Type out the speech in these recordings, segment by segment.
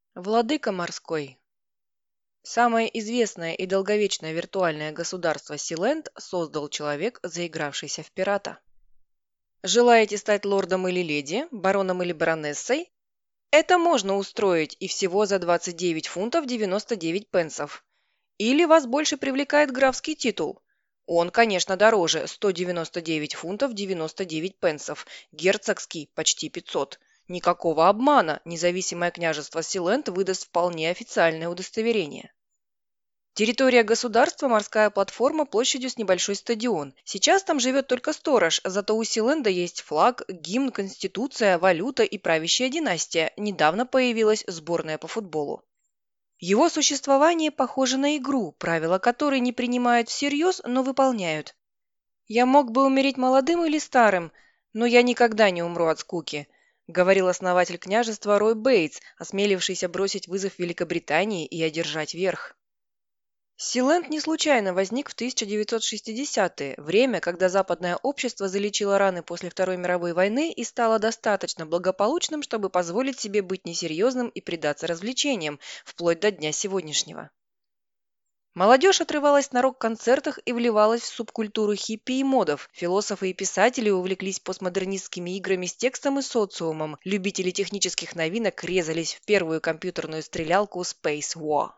Владыка морской. Самое известное и долговечное виртуальное государство Силенд создал человек, заигравшийся в пирата. Желаете стать лордом или леди, бароном или баронессой? Это можно устроить и всего за 29 фунтов 99 пенсов. Или вас больше привлекает графский титул? Он, конечно, дороже – 199 фунтов 99 пенсов, герцогский – почти 500. Никакого обмана, независимое княжество Силенд выдаст вполне официальное удостоверение. Территория государства – морская платформа площадью с небольшой стадион. Сейчас там живет только сторож, зато у Силенда есть флаг, гимн, конституция, валюта и правящая династия. Недавно появилась сборная по футболу. Его существование похоже на игру, правила которой не принимают всерьез, но выполняют. «Я мог бы умереть молодым или старым, но я никогда не умру от скуки», говорил основатель княжества Рой Бейтс, осмелившийся бросить вызов Великобритании и одержать верх. Силенд не случайно возник в 1960-е, время, когда западное общество залечило раны после Второй мировой войны и стало достаточно благополучным, чтобы позволить себе быть несерьезным и предаться развлечениям, вплоть до дня сегодняшнего. Молодежь отрывалась на рок-концертах и вливалась в субкультуру хиппи и модов. Философы и писатели увлеклись постмодернистскими играми с текстом и социумом. Любители технических новинок резались в первую компьютерную стрелялку Space War.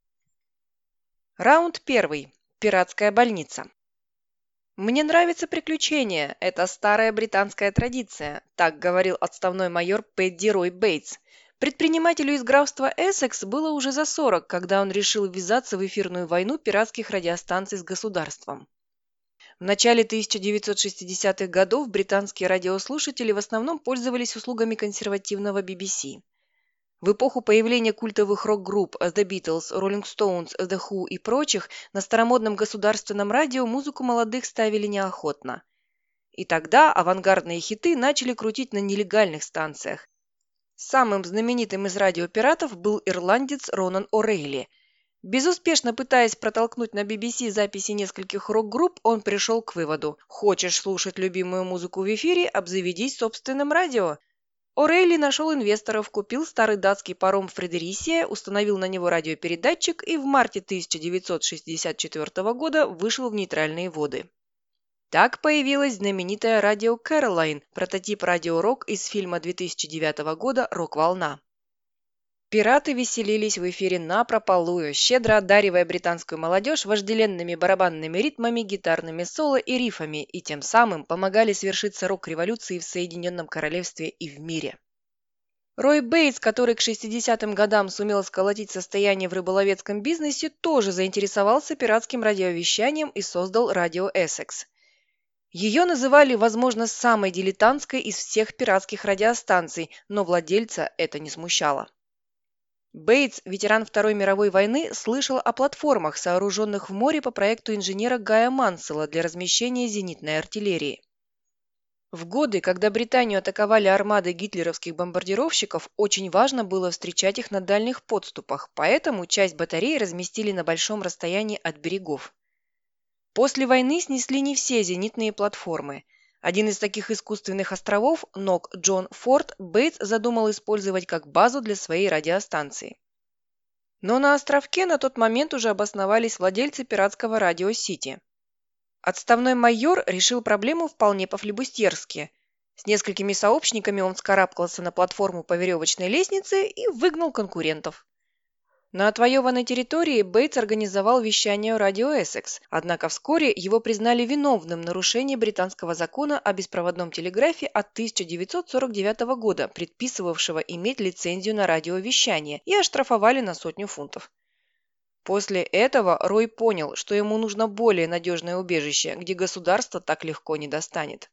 Раунд первый. Пиратская больница. «Мне нравится приключение. Это старая британская традиция», так говорил отставной майор Пэдди Рой Бейтс. Предпринимателю из графства Эссекс было уже за 40, когда он решил ввязаться в эфирную войну пиратских радиостанций с государством. В начале 1960-х годов британские радиослушатели в основном пользовались услугами консервативного BBC. В эпоху появления культовых рок-групп The Beatles, Rolling Stones, The Who и прочих на старомодном государственном радио музыку молодых ставили неохотно. И тогда авангардные хиты начали крутить на нелегальных станциях. Самым знаменитым из радиопиратов был ирландец Ронан О'Рейли. Безуспешно пытаясь протолкнуть на BBC записи нескольких рок-групп, он пришел к выводу: «Хочешь слушать любимую музыку в эфире, обзаведись собственным радио». О'Рейли нашел инвесторов, купил старый датский паром «Фредерисия», установил на него радиопередатчик и в марте 1964 года вышел в нейтральные воды. Так появилась знаменитая радио «Кэролайн», прототип радио-рок из фильма 2009 года «Рок-волна». Пираты веселились в эфире напропалую, щедро одаривая британскую молодежь вожделенными барабанными ритмами, гитарными соло и рифами, и тем самым помогали свершиться рок-революции в Соединенном Королевстве и в мире. Рой Бейтс, который к 60-м годам сумел сколотить состояние в рыболовецком бизнесе, тоже заинтересовался пиратским радиовещанием и создал радио Эссекс. Ее называли, возможно, самой дилетантской из всех пиратских радиостанций, но владельца это не смущало. Бейтс, ветеран Второй мировой войны, слышал о платформах, сооруженных в море по проекту инженера Гая Мансела для размещения зенитной артиллерии. В годы, когда Британию атаковали армады гитлеровских бомбардировщиков, очень важно было встречать их на дальних подступах, поэтому часть батарей разместили на большом расстоянии от берегов. После войны снесли не все зенитные платформы. Один из таких искусственных островов, Нок Джон Форд, Бейтс задумал использовать как базу для своей радиостанции. Но на островке на тот момент уже обосновались владельцы пиратского радио «Сити». Отставной майор решил проблему вполне по-флибустьерски. С несколькими сообщниками он вскарабкался на платформу по веревочной лестнице и выгнал конкурентов. На отвоеванной территории Бейтс организовал вещание радио Эссекс, однако вскоре его признали виновным в нарушении британского закона о беспроводном телеграфе от 1949 года, предписывавшего иметь лицензию на радиовещание, и оштрафовали на 100 фунтов. После этого Рой понял, что ему нужно более надежное убежище, где государство так легко не достанет.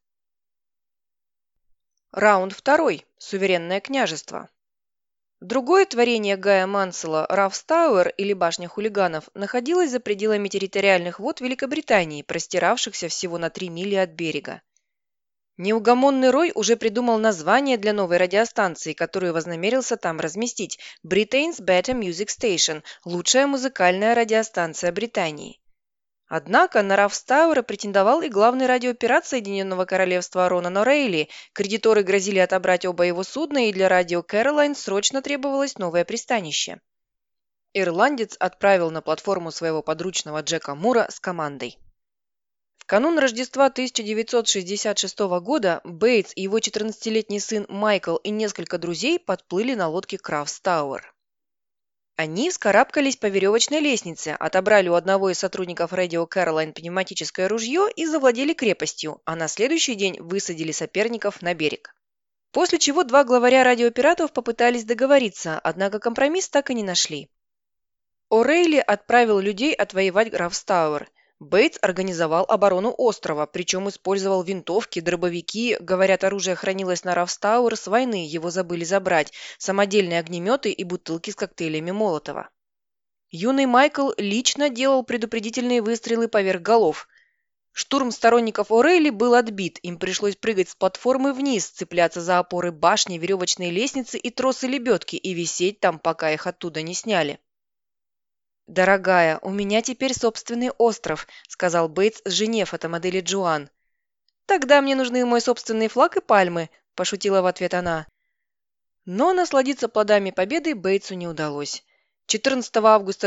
Раунд второй. Суверенное княжество. Другое творение Гая Мансела, Рафстауэр или Башня хулиганов, находилось за пределами территориальных вод Великобритании, простиравшихся всего на 3 мили от берега. Неугомонный Рой уже придумал название для новой радиостанции, которую вознамерился там разместить: Britain's Better Music Station – лучшая музыкальная радиостанция Британии. Однако на Рафстауэра претендовал и главный радиопират Соединенного Королевства Ронан О'Рейли. Кредиторы грозили отобрать оба его судна, и для радио Кэролайн срочно требовалось новое пристанище. Ирландец отправил на платформу своего подручного Джека Мура с командой. В канун Рождества 1966 года Бейтс и его 14-летний сын Майкл и несколько друзей подплыли на лодке Рафстауэр. Они вскарабкались по веревочной лестнице, отобрали у одного из сотрудников радио Кэролайн пневматическое ружье и завладели крепостью, а на следующий день высадили соперников на берег. После чего два главаря радиопиратов попытались договориться, однако компромисс так и не нашли. О'Рейли отправил людей отвоевать Рафстауэр. Бейтс организовал оборону острова, причем использовал винтовки, дробовики, говорят, оружие хранилось на Рафстауэр с войны, его забыли забрать, самодельные огнеметы и бутылки с коктейлями Молотова. Юный Майкл лично делал предупредительные выстрелы поверх голов. Штурм сторонников О'Рейли был отбит, им пришлось прыгать с платформы вниз, цепляться за опоры башни, веревочные лестницы и тросы лебедки и висеть там, пока их оттуда не сняли. «Дорогая, у меня теперь собственный остров», — сказал Бейтс жене фотомодели Джоан. «Тогда мне нужны мой собственный флаг и пальмы», — пошутила в ответ она. Но насладиться плодами победы Бейтсу не удалось. 14 августа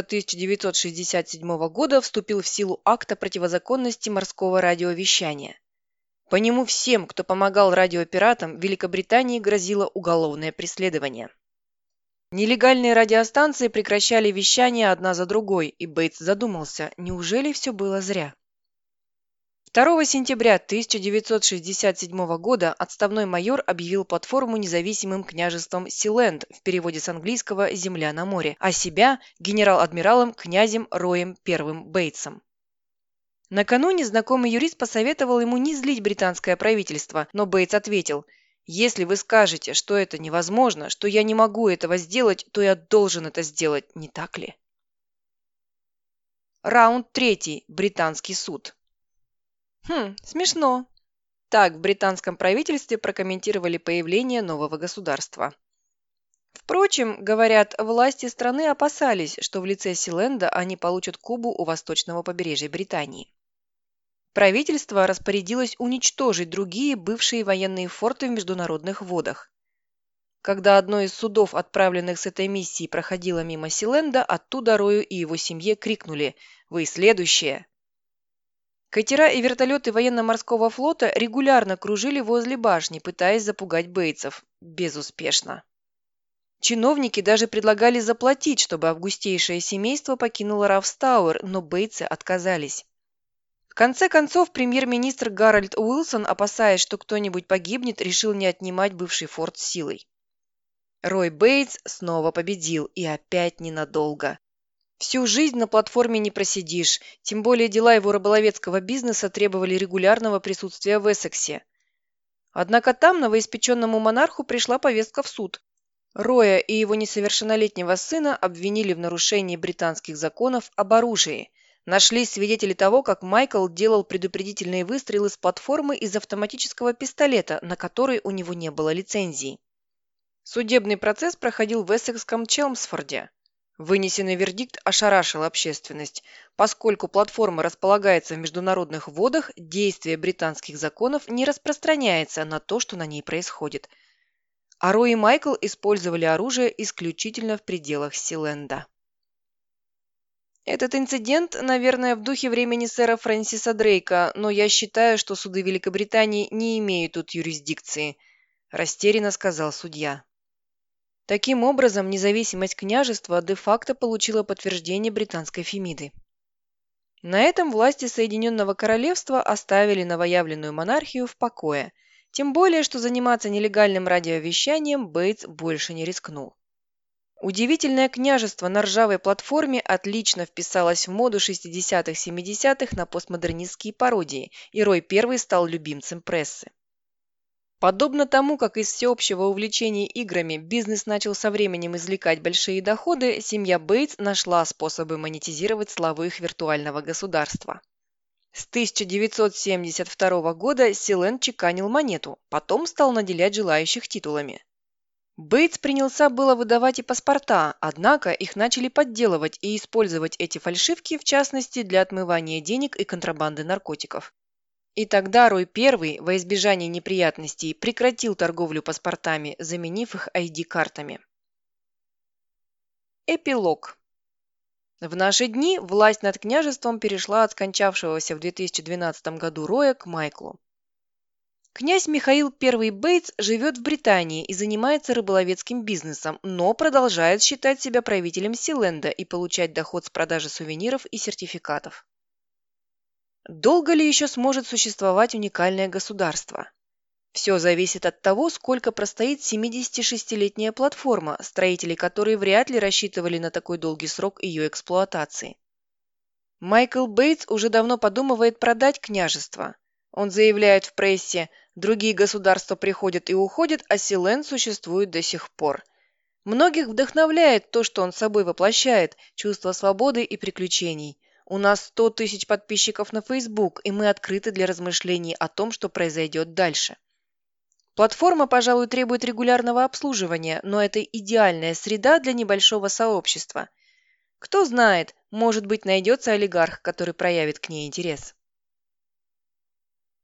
1967 года вступил в силу акт о противозаконности морского радиовещания. По нему всем, кто помогал радиопиратам, Великобритании грозило уголовное преследование. Нелегальные радиостанции прекращали вещание одна за другой, и Бейтс задумался, неужели все было зря? 2 сентября 1967 года отставной майор объявил платформу независимым княжеством Силенд, в переводе с английского «Земля на море», а себя генерал-адмиралом князем Роем I Бейтсом. Накануне знакомый юрист посоветовал ему не злить британское правительство, но Бейтс ответил: «Если вы скажете, что это невозможно, что я не могу этого сделать, то я должен это сделать, не так ли?» Раунд 3. Британский суд. Смешно. Так в британском правительстве прокомментировали появление нового государства. Впрочем, говорят, власти страны опасались, что в лице Силенда они получат Кубу у восточного побережья Британии. Правительство распорядилось уничтожить другие бывшие военные форты в международных водах. Когда одно из судов, отправленных с этой миссией, проходило мимо Силенда, оттуда Рою и его семье крикнули: «Вы следующие!». Катера и вертолеты военно-морского флота регулярно кружили возле башни, пытаясь запугать бейтсов. Безуспешно. Чиновники даже предлагали заплатить, чтобы августейшее семейство покинуло Рафстауэр, но бейтсы отказались. В конце концов, премьер-министр Гарольд Уилсон, опасаясь, что кто-нибудь погибнет, решил не отнимать бывший форт силой. Рой Бейтс снова победил, и опять ненадолго. Всю жизнь на платформе не просидишь, тем более дела его рыболовецкого бизнеса требовали регулярного присутствия в Эссексе. Однако там новоиспеченному монарху пришла повестка в суд. Роя и его несовершеннолетнего сына обвинили в нарушении британских законов об оружии. Нашлись свидетели того, как Майкл делал предупредительные выстрелы с платформы из автоматического пистолета, на который у него не было лицензии. Судебный процесс проходил в эссекском Челмсфорде. Вынесенный вердикт ошарашил общественность. Поскольку платформа располагается в международных водах, действие британских законов не распространяется на то, что на ней происходит. А Рой и Майкл использовали оружие исключительно в пределах Силенда. Этот инцидент, наверное, в духе времени сэра Фрэнсиса Дрейка, но я считаю, что суды Великобритании не имеют тут юрисдикции, растерянно сказал судья. Таким образом, независимость княжества де-факто получила подтверждение британской Фемиды. На этом власти Соединенного Королевства оставили новоявленную монархию в покое, тем более, что заниматься нелегальным радиовещанием Бейтс больше не рискнул. Удивительное княжество на ржавой платформе отлично вписалось в моду 60-70-х на постмодернистские пародии, и Рой I стал любимцем прессы. Подобно тому, как из всеобщего увлечения играми бизнес начал со временем извлекать большие доходы, семья Бейтс нашла способы монетизировать славу их виртуального государства. С 1972 года Силенд чеканил монету, потом стал наделять желающих титулами. Бейтс принялся было выдавать и паспорта, однако их начали подделывать и использовать эти фальшивки, в частности, для отмывания денег и контрабанды наркотиков. И тогда Рой I, во избежание неприятностей, прекратил торговлю паспортами, заменив их ID-картами. Эпилог. В наши дни власть над княжеством перешла от скончавшегося в 2012 году Роя к Майклу. Князь Михаил I Бейтс живет в Британии и занимается рыболовецким бизнесом, но продолжает считать себя правителем Силенда и получать доход с продажи сувениров и сертификатов. Долго ли еще сможет существовать уникальное государство? Все зависит от того, сколько простоит 76-летняя платформа, строители которой вряд ли рассчитывали на такой долгий срок ее эксплуатации. Майкл Бейтс уже давно подумывает продать княжество. Он заявляет в прессе: другие государства приходят и уходят, а Силенд существует до сих пор. Многих вдохновляет то, что он собой воплощает, чувство свободы и приключений. У нас 100 тысяч подписчиков на Facebook, и мы открыты для размышлений о том, что произойдет дальше. Платформа, пожалуй, требует регулярного обслуживания, но это идеальная среда для небольшого сообщества. Кто знает, может быть, найдется олигарх, который проявит к ней интерес.